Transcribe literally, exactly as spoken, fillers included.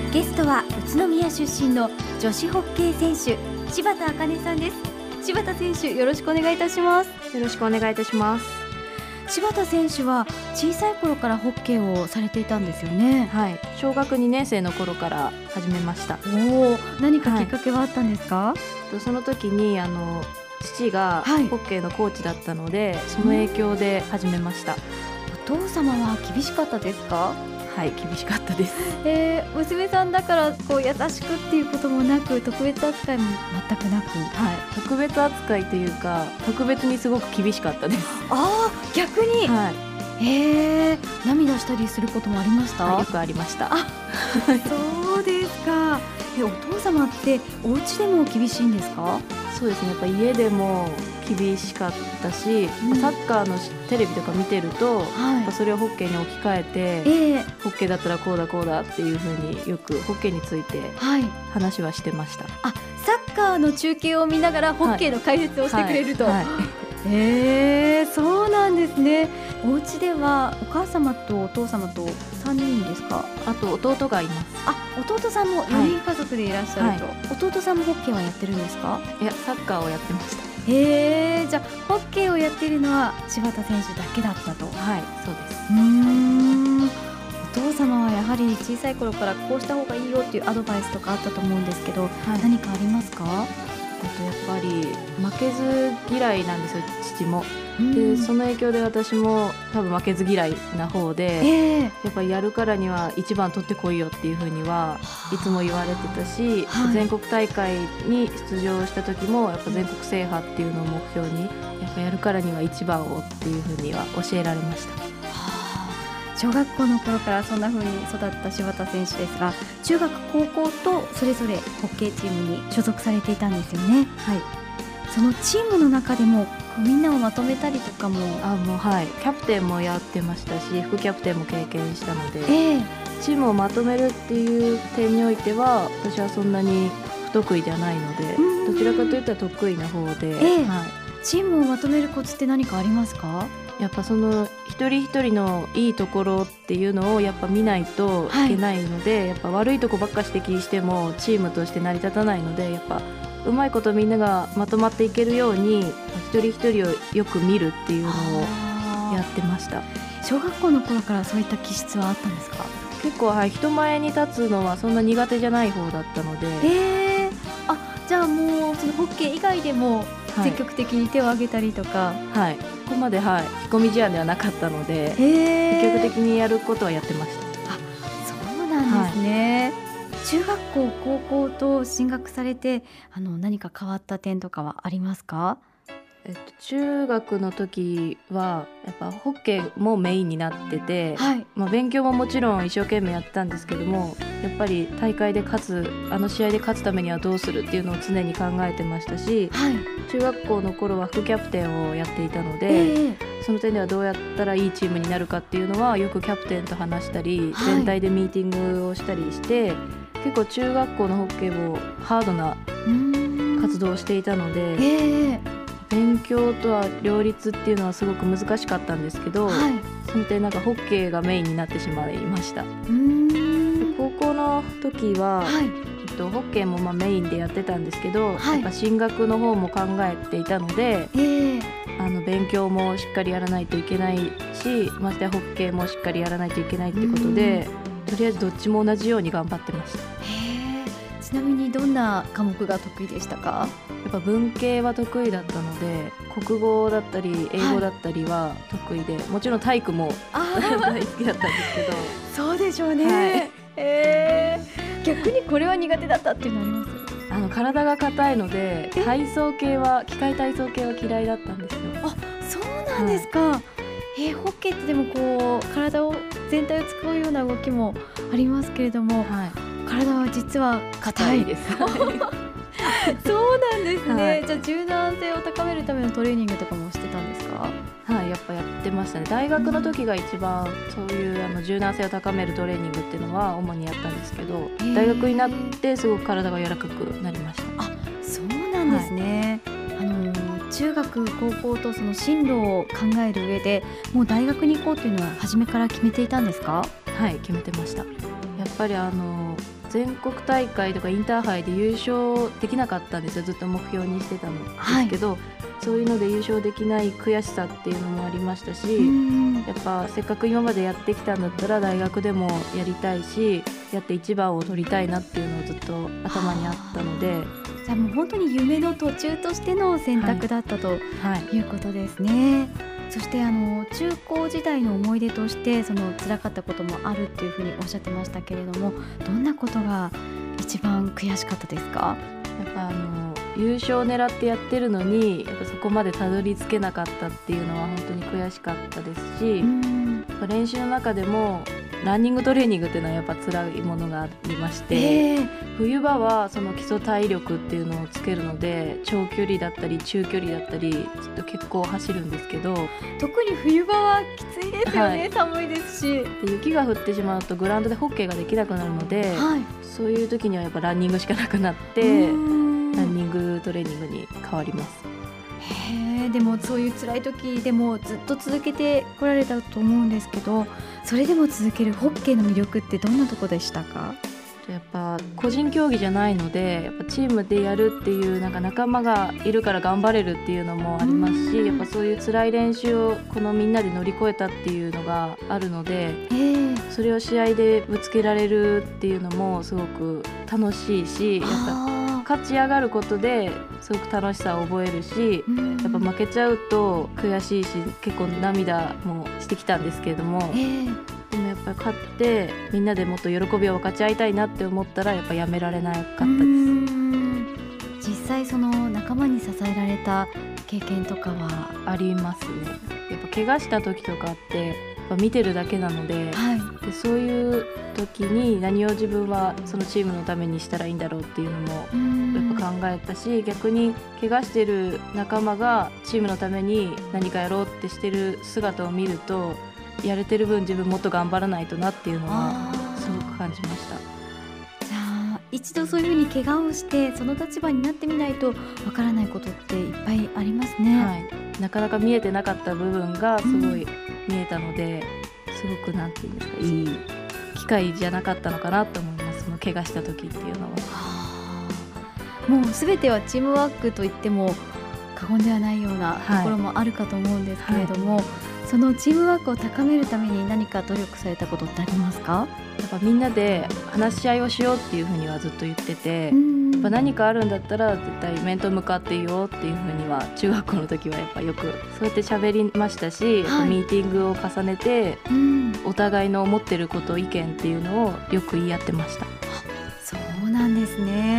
ゲストは宇都宮出身の女子ホッケー選手柴田茜さんです。柴田選手、よろしくお願いいたします。 よろしくお願いいたします。 柴田選手は小さい頃からホッケーをされていたんですよね。 はい、小学にねん生の頃から始めました。 おお、何かきっかけはあったんですか？ はい、その時にあの父がホッケーのコーチだったので、はい、その影響で始めました。 お父様は厳しかったですか？ はい、厳しかったです。 えー、娘さんだからこう優しくっていうこともなく、特別扱いも全くなく。 はい、特別扱いというか特別にすごく厳しかったです。 ああ、逆に。はい、えー、涙したりすることもありました？ はい、よくありました。 あそうですか。え、お父様ってお家でも厳しいんですか？ そうですね、やっぱ家でも厳しかったし、うん、サッカーのテレビとか見てると、はい、やっぱそれをホッケーに置き換えて、えー、ホッケーだったらこうだこうだっていう風によくホッケーについて話はしてました。はい、 あ、サッカーの中継を見ながらホッケーの解説をしてくれると。はいはいはい、えー、そうなんですね。お家ではお母様とお父様とさんにんですか？ あと弟がいます。 あ、弟さんもよにん家族でいらっしゃると。はい、弟さんもホッケーはやってるんですか？ いや、サッカーをやってました。 へー、じゃあホッケーをやっているのは柴田選手だけだったと。 はい、そうです。 うーん、お父様はやはり小さい頃からこうした方がいいよっていうアドバイスとかあったと思うんですけど、はい、何かありますか？ えっと、やっぱり負けず嫌いなんですよ、父も。でその影響で私も多分負けず嫌いな方で、えー、やっぱりやるからにはいちばん取ってこいよっていう風にはいつも言われてたし、はい、全国大会に出場した時もやっぱ全国制覇っていうのを目標にやっぱやるからにはいちばんをっていう風には教えられました。 小学校の頃からそんな風に育った柴田選手ですが、中学高校とそれぞれホッケーチームに所属されていたんですよね。 はい、 そのチームの中でもみんなをまとめたりとかも。 あ、もう、はい、キャプテンもやってましたし副キャプテンも経験したので、えー、チームをまとめるっていう点においては私はそんなに不得意ではないので、どちらかといったら得意な方で、えーはい、 チームをまとめるコツって何かありますか？ やっぱその一人一人のいいところっていうのをやっぱ見ないといけないので、はい、やっぱ悪いとこばっか指摘してもチームとして成り立たないので、やっぱうまいことみんながまとまっていけるように一人一人をよく見るっていうのをやってました。 小学校の頃からそういった気質はあったんですか？ 結構、はい、人前に立つのはそんな苦手じゃない方だったので。 えー、あ、じゃあもうそのホッケー以外でも積極的に手を挙げたりとか。 はい、ここまで、はい、引っ込み思案ではなかったので、積極的にやることはやってました。 あ、そうなんですね。はい、中学校高校と進学されてあの何か変わった点とかはありますか？ えっと、中学の時はやっぱホッケーもメインになってて、はい、まあ、勉強ももちろん一生懸命やってたんですけども、やっぱり大会で勝つあの試合で勝つためにはどうするっていうのを常に考えてましたし、はい、中学校の頃は副キャプテンをやっていたので、えー、その点ではどうやったらいいチームになるかっていうのはよくキャプテンと話したり、はい、全体でミーティングをしたりして、結構中学校のホッケーもハードな活動をしていたので、えー勉強とは両立っていうのはすごく難しかったんですけど、はい、その点なんかホッケーがメインになってしまいました。うーん、高校の時は、はい、えっと、ホッケーもまあメインでやってたんですけど、はい、やっぱ進学の方も考えていたので、えー、あの勉強もしっかりやらないといけないし、ましてやホッケーもしっかりやらないといけないってことで、とりあえずどっちも同じように頑張ってました。 へー、ちなみにどんな科目が得意でしたか？ やっぱ文系は得意だったので、国語だったり英語だったりは得意で、はい、もちろん体育も大好きだったんですけど。 そうでしょうね。はい、えー、逆にこれは苦手だったっていうのあります？ あの体が硬いので体操系は機械体操系は嫌いだったんですよ。 あ、そうなんですか。はい、えー、ホッケーってでもこう体を全体を使うような動きもありますけれども、はい、体は実は硬いです。そうなんですね。はい、じゃあ柔軟性を高めるためのトレーニングとかもしてたんですか？ はい、やっぱやってましたね。大学の時が一番そういうあの柔軟性を高めるトレーニングっていうのは主にやったんですけど、大学になってすごく体が柔らかくなりました。 あ、そうなんですね。はい、あの中学高校とその進路を考える上でもう大学に行こうというのは初めから決めていたんですか？ はい決めてました。やっぱりあの全国大会とかインターハイで優勝できなかったんですよ。ずっと目標にしてたんですけど、はい、そういうので優勝できない悔しさっていうのもありましたし、やっぱせっかく今までやってきたんだったら大学でもやりたいし、やって一番を取りたいなっていうのをずっと頭にあったので、 じゃあもう本当に夢の途中としての選択だったということですね。はいはい、そしてあの中高時代の思い出としてその辛かったこともあるっていうふうにおっしゃってましたけれども、どんなことが一番悔しかったですか？ やっぱあの優勝を狙ってやってるのにやっぱそこまでたどり着けなかったっていうのは本当に悔しかったですし、うん、練習の中でもランニングトレーニングっていうのはやっぱ辛いものがありまして、えー、冬場はその基礎体力っていうのをつけるので長距離だったり中距離だったりちょっと結構走るんですけど、 特に冬場はきついですよね。はい、寒いですし、 で雪が降ってしまうとグラウンドでホッケーができなくなるので、はい、そういう時にはやっぱランニングしかなくなってランニングトレーニングに変わります。 へー、でもそういう辛い時でもずっと続けてこられたと思うんですけど、それでも続けるホッケーの魅力ってどんなとこでしたか？ やっぱ個人競技じゃないので、やっぱチームでやるっていうなんか仲間がいるから頑張れるっていうのもありますし、やっぱそういう辛い練習をこのみんなで乗り越えたっていうのがあるので、えー、それを試合でぶつけられるっていうのもすごく楽しいし、やっぱ勝ち上がることですごく楽しさを覚えるし、やっぱ負けちゃうと悔しいし結構涙もしてきたんですけれども、えー、でもやっぱり勝ってみんなでもっと喜びを分かち合いたいなって思ったらやっぱやめられなかったです。 実際その仲間に支えられた経験とかはありますね。やっぱ怪我した時とかって見てるだけなので、はい、でそういう時に何を自分はそのチームのためにしたらいいんだろうっていうのもやっぱ考えたし、逆に怪我してる仲間がチームのために何かやろうってしてる姿を見ると、やれてる分自分もっと頑張らないとなっていうのはすごく感じました。 じゃあ一度そういうふうに怪我をしてその立場になってみないとわからないことっていっぱいありますね。 はい、なかなか見えてなかった部分がすごい見えたので、うん、すごくなんていうんですか、いい機会じゃなかったのかなと思います。その怪我した時っていうのは、はあ、もう全てはチームワークといっても過言ではないようなところもあるかと思うんですけれども、はいはい、そのチームワークを高めるために何か努力されたことってありますか？ やっぱみんなで話し合いをしようっていうふうにはずっと言ってて、やっぱ何かあるんだったら絶対面と向かっていいよっていうふうには中学校の時はやっぱよくそうやって喋りましたし、はい、ミーティングを重ねて、うん、お互いの思ってること意見っていうのをよく言い合ってました。 そうなんですね。